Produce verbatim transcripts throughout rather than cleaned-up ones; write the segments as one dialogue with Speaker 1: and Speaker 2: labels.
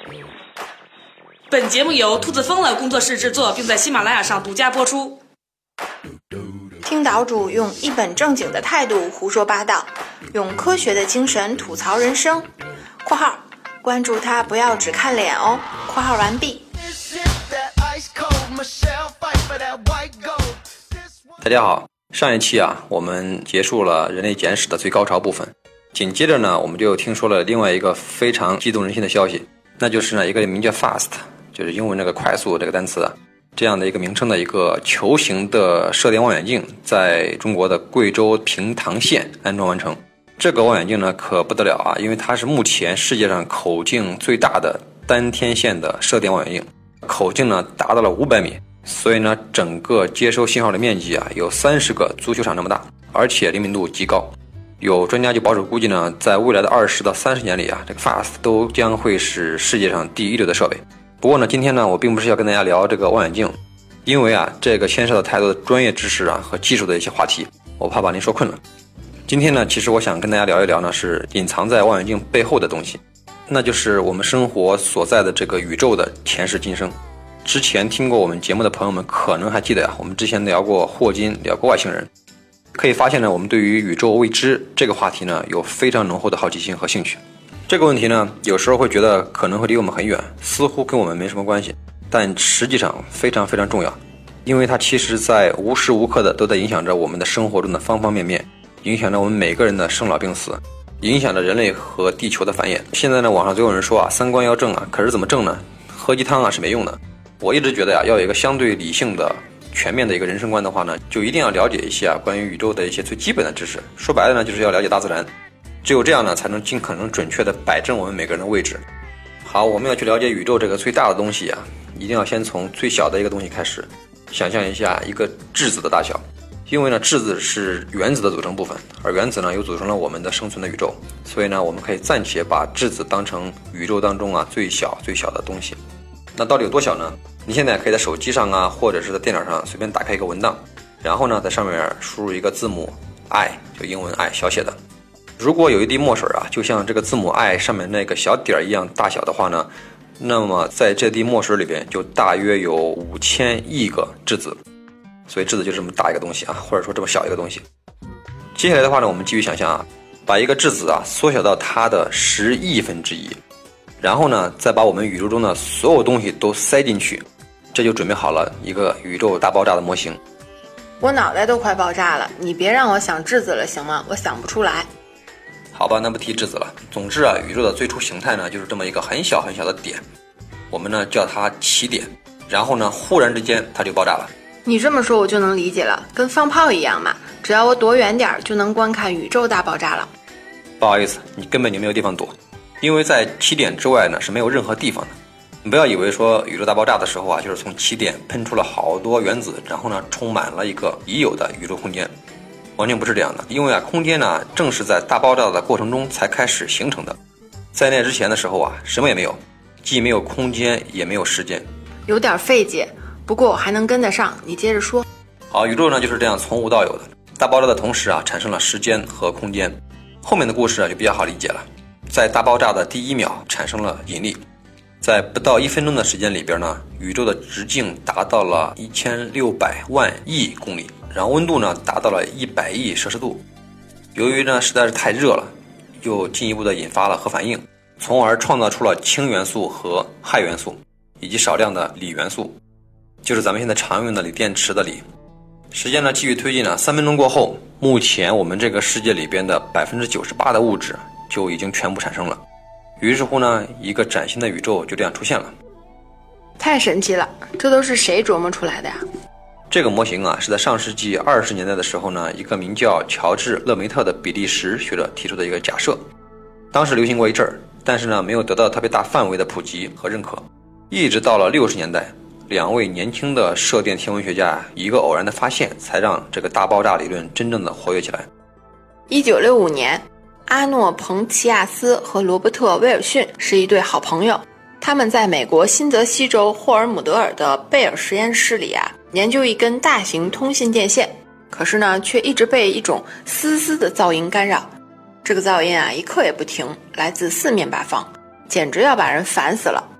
Speaker 1: 本节目由兔子疯了工作室制作，并在喜马拉雅上独家播出。
Speaker 2: 听岛主用一本正经的态度胡说八道，用科学的精神吐槽人生（括号关注他不要只看脸哦）（括号完毕）。
Speaker 3: 大家好，上一期啊，我们结束了人类简史的最高潮部分，紧接着呢，我们就听说了另外一个非常激动人心的消息，那就是呢一个名叫 fast， 就是英文那个快速这个单词啊，这样的一个名称的一个球形的射电望远镜，在中国的贵州平塘县安装完成。这个望远镜呢可不得了啊，因为它是目前世界上口径最大的单天线的射电望远镜，口径呢达到了五百米，所以呢整个接收信号的面积啊有三十个足球场那么大，而且灵敏度极高。有专家就保守估计呢，在未来的二十到三十年里啊，这个 fast 都将会是世界上第一流的设备。不过呢，今天呢我并不是要跟大家聊这个望远镜，因为啊这个牵涉到太多的专业知识啊和技术的一些话题，我怕把您说困了。今天呢，其实我想跟大家聊一聊呢，是隐藏在望远镜背后的东西，那就是我们生活所在的这个宇宙的前世今生。之前听过我们节目的朋友们可能还记得呀、啊，我们之前聊过霍金，聊过外星人。可以发现呢，我们对于宇宙未知这个话题呢，有非常浓厚的好奇心和兴趣。这个问题呢，有时候会觉得可能会离我们很远，似乎跟我们没什么关系，但实际上非常非常重要，因为它其实在无时无刻的都在影响着我们的生活中的方方面面，影响着我们每个人的生老病死，影响着人类和地球的繁衍。现在呢，网上总有人说啊，三观要正啊，可是怎么正呢？喝鸡汤啊是没用的。我一直觉得呀、啊，要有一个相对理性的全面的一个人生观的话呢，就一定要了解一些啊关于宇宙的一些最基本的知识。说白了呢，就是要了解大自然，只有这样呢，才能尽可能准确的摆正我们每个人的位置。好，我们要去了解宇宙这个最大的东西啊，一定要先从最小的一个东西开始。想象一下一个质子的大小，因为呢质子是原子的组成部分，而原子呢又组成了我们的生存的宇宙，所以呢我们可以暂且把质子当成宇宙当中啊最小最小的东西。那到底有多小呢？你现在可以在手机上啊，或者是在电脑上随便打开一个文档，然后呢在上面输入一个字母 I， 就英文 I 小写的。如果有一滴墨水啊，就像这个字母 I 上面那个小点一样大小的话呢，那么在这滴墨水里边就大约有五千亿个质子。所以质子就这么大一个东西啊，或者说这么小一个东西。接下来的话呢，我们继续想象啊，把一个质子啊缩小到它的十亿分之一，然后呢再把我们宇宙中的所有东西都塞进去，这就准备好了一个宇宙大爆炸的模型。
Speaker 2: 我脑袋都快爆炸了，你别让我想质子了行吗？我想不出来。
Speaker 3: 好吧，那不提质子了。总之啊，宇宙的最初形态呢就是这么一个很小很小的点，我们呢叫它起点，然后呢忽然之间它就爆炸了。
Speaker 2: 你这么说我就能理解了，跟放炮一样嘛，只要我躲远点就能观看宇宙大爆炸了。
Speaker 3: 不好意思，你根本就没有地方躲，因为在起点之外呢是没有任何地方的。你不要以为说宇宙大爆炸的时候啊，就是从起点喷出了好多原子，然后呢充满了一个已有的宇宙空间，完全不是这样的。因为啊空间呢正是在大爆炸的过程中才开始形成的，在那之前的时候啊什么也没有，既没有空间也没有时间。
Speaker 2: 有点费解，不过我还能跟得上，你接着说。
Speaker 3: 好，宇宙呢就是这样从无到有的，大爆炸的同时啊产生了时间和空间。后面的故事啊就比较好理解了。在大爆炸的第一秒产生了引力，在不到一分钟的时间里边呢，宇宙的直径达到了一千六百万亿公里，然后温度呢达到了一百亿摄氏度。由于呢实在是太热了，又进一步的引发了核反应，从而创造出了氢元素和氦元素，以及少量的锂元素，就是咱们现在常用的锂电池的锂。时间呢继续推进了，三分钟过后，目前我们这个世界里边的百分之九十八的物质就已经全部产生了。于是乎呢，一个崭新的宇宙就这样出现了。
Speaker 2: 太神奇了，这都是谁琢磨出来的呀？
Speaker 3: 这个模型啊，是在上世纪二十年代的时候呢，一个名叫乔治·勒梅特的比利时学者提出的一个假设。当时流行过一阵儿，但是呢，没有得到特别大范围的普及和认可。一直到了六十年代，两位年轻的射电天文学家以一个偶然的发现，才让这个大爆炸理论真正的活跃起来。
Speaker 2: 一九六五年，阿诺·彭齐亚斯和罗伯特·威尔逊是一对好朋友，他们在美国新泽西州霍尔姆德尔的贝尔实验室里啊，研究一根大型通信电线，可是呢，却一直被一种嘶嘶的噪音干扰。这个噪音啊，一刻也不停，来自四面八方，简直要把人烦死了。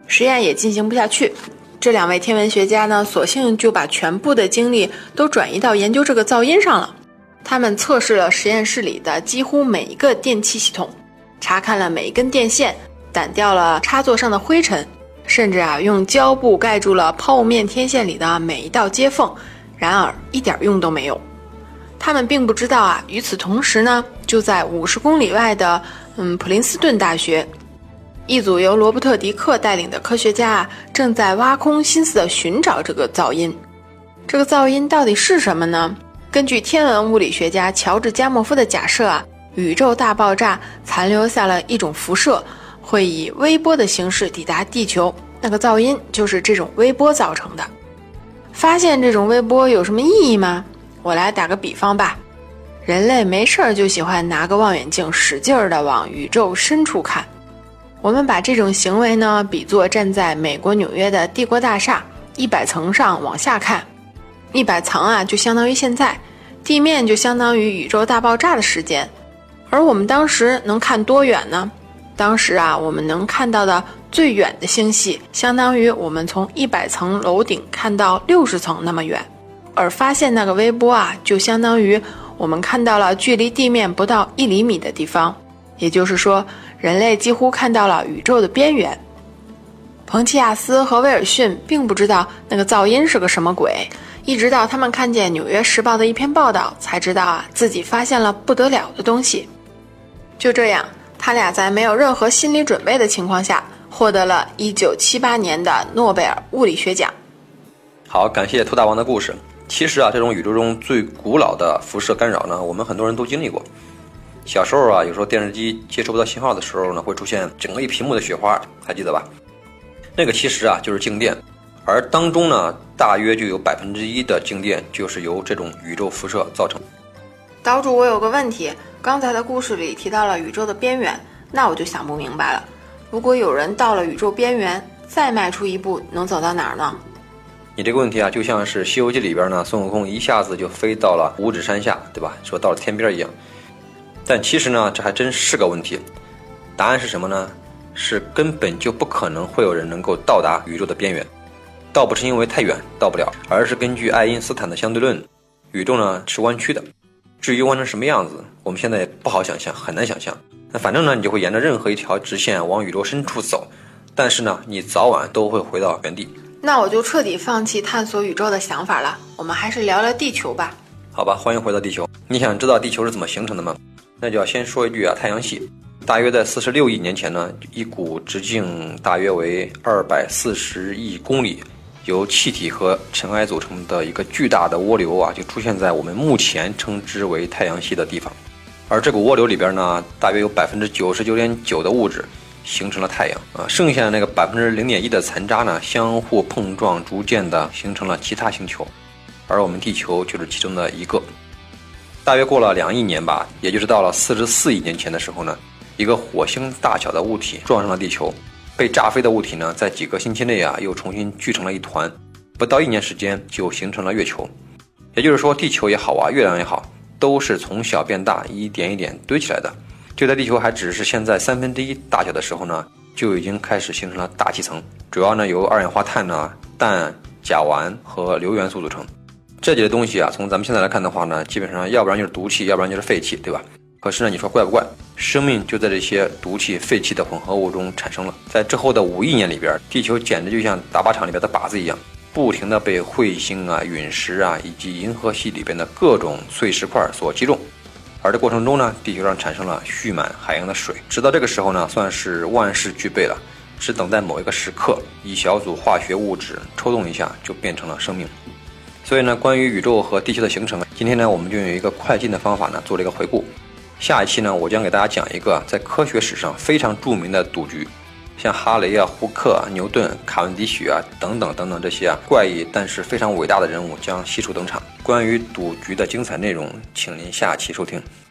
Speaker 2: 实验也进行不下去。这两位天文学家呢，索性就把全部的精力都转移到研究这个噪音上了。他们测试了实验室里的几乎每一个电气系统，查看了每一根电线，掸掉了插座上的灰尘，甚至啊用胶布盖住了泡面天线里的每一道接缝，然而一点用都没有。他们并不知道啊，与此同时呢，就在五十公里外的嗯普林斯顿大学，一组由罗伯特·迪克带领的科学家啊，正在挖空心思地寻找这个噪音。这个噪音到底是什么呢？根据天文物理学家乔治·加莫夫的假设啊，宇宙大爆炸残留下了一种辐射，会以微波的形式抵达地球，那个噪音就是这种微波造成的。发现这种微波有什么意义吗？我来打个比方吧，人类没事儿就喜欢拿个望远镜使劲儿地往宇宙深处看。我们把这种行为呢比作站在美国纽约的帝国大厦一百层上往下看，一百层啊就相当于现在，地面就相当于宇宙大爆炸的时间。而我们当时能看多远呢？当时啊我们能看到的最远的星系相当于我们从一百层楼顶看到六十层那么远，而发现那个微波啊就相当于我们看到了距离地面不到一厘米的地方，也就是说人类几乎看到了宇宙的边缘。彭齐亚斯和威尔逊并不知道那个噪音是个什么鬼，一直到他们看见《纽约时报》的一篇报道，才知道啊自己发现了不得了的东西。就这样，他俩在没有任何心理准备的情况下，获得了一九七八年的诺贝尔物理学奖。
Speaker 3: 好，感谢兔大王的故事。其实啊，这种宇宙中最古老的辐射干扰呢，我们很多人都经历过。小时候啊，有时候电视机接收不到信号的时候呢，会出现整个一屏幕的雪花，还记得吧？那个其实啊就是静电，而当中呢，大约就有百分之一的静电就是由这种宇宙辐射造成。
Speaker 2: 岛主，我有个问题，刚才的故事里提到了宇宙的边缘，那我就想不明白了。如果有人到了宇宙边缘，再迈出一步，能走到哪儿呢？
Speaker 3: 你这个问题啊，就像是《西游记》里边呢，孙悟空一下子就飞到了五指山下，对吧？说到了天边一样。但其实呢，这还真是个问题。答案是什么呢？是根本就不可能会有人能够到达宇宙的边缘。倒不是因为太远到不了，而是根据爱因斯坦的相对论，宇宙呢是弯曲的。至于弯成什么样子，我们现在也不好想象，很难想象。那反正呢，你就会沿着任何一条直线往宇宙深处走，但是呢，你早晚都会回到原地。
Speaker 2: 那我就彻底放弃探索宇宙的想法了，我们还是聊聊地球吧。
Speaker 3: 好吧，欢迎回到地球。你想知道地球是怎么形成的吗？那就要先说一句啊，太阳系。大约在四十六亿年前呢，一股直径大约为二百四十亿公里，由气体和尘埃组成的一个巨大的涡流啊，就出现在我们目前称之为太阳系的地方。而这股涡流里边呢，大约有百分之九十九点九的物质形成了太阳啊，剩下的那个百分之零点一的残渣呢，相互碰撞，逐渐的形成了其他星球，而我们地球就是其中的一个。大约过了两亿年吧，也就是到了四十四亿年前的时候呢，一个火星大小的物体撞上了地球，被炸飞的物体呢，在几个星期内啊，又重新聚成了一团，不到一年时间就形成了月球。也就是说，地球也好啊，月亮也好，都是从小变大，一点一点堆起来的。就在地球还只是现在三分之一大小的时候呢，就已经开始形成了大气层，主要呢由二氧化碳呢、氮、甲烷和硫元素组成。这几类东西啊，从咱们现在来看的话呢，基本上要不然就是毒气，要不然就是废气，对吧？可是呢，你说怪不怪？生命就在这些毒气、废气的混合物中产生了。在之后的五亿年里边，地球简直就像打靶场里边的靶子一样，不停地被彗星啊、陨石啊以及银河系里边的各种碎石块所击中。而这过程中呢，地球上产生了蓄满海洋的水，直到这个时候呢，算是万事俱备了，只等待某一个时刻，一小组化学物质抽动一下，就变成了生命。所以呢，关于宇宙和地球的形成，今天呢，我们就用一个快进的方法呢，做了一个回顾。下一期呢，我将给大家讲一个在科学史上非常著名的赌局，像哈雷啊、胡克啊、牛顿、卡文迪许啊等等等等这些啊怪异但是非常伟大的人物将悉数登场。关于赌局的精彩内容，请您下期收听。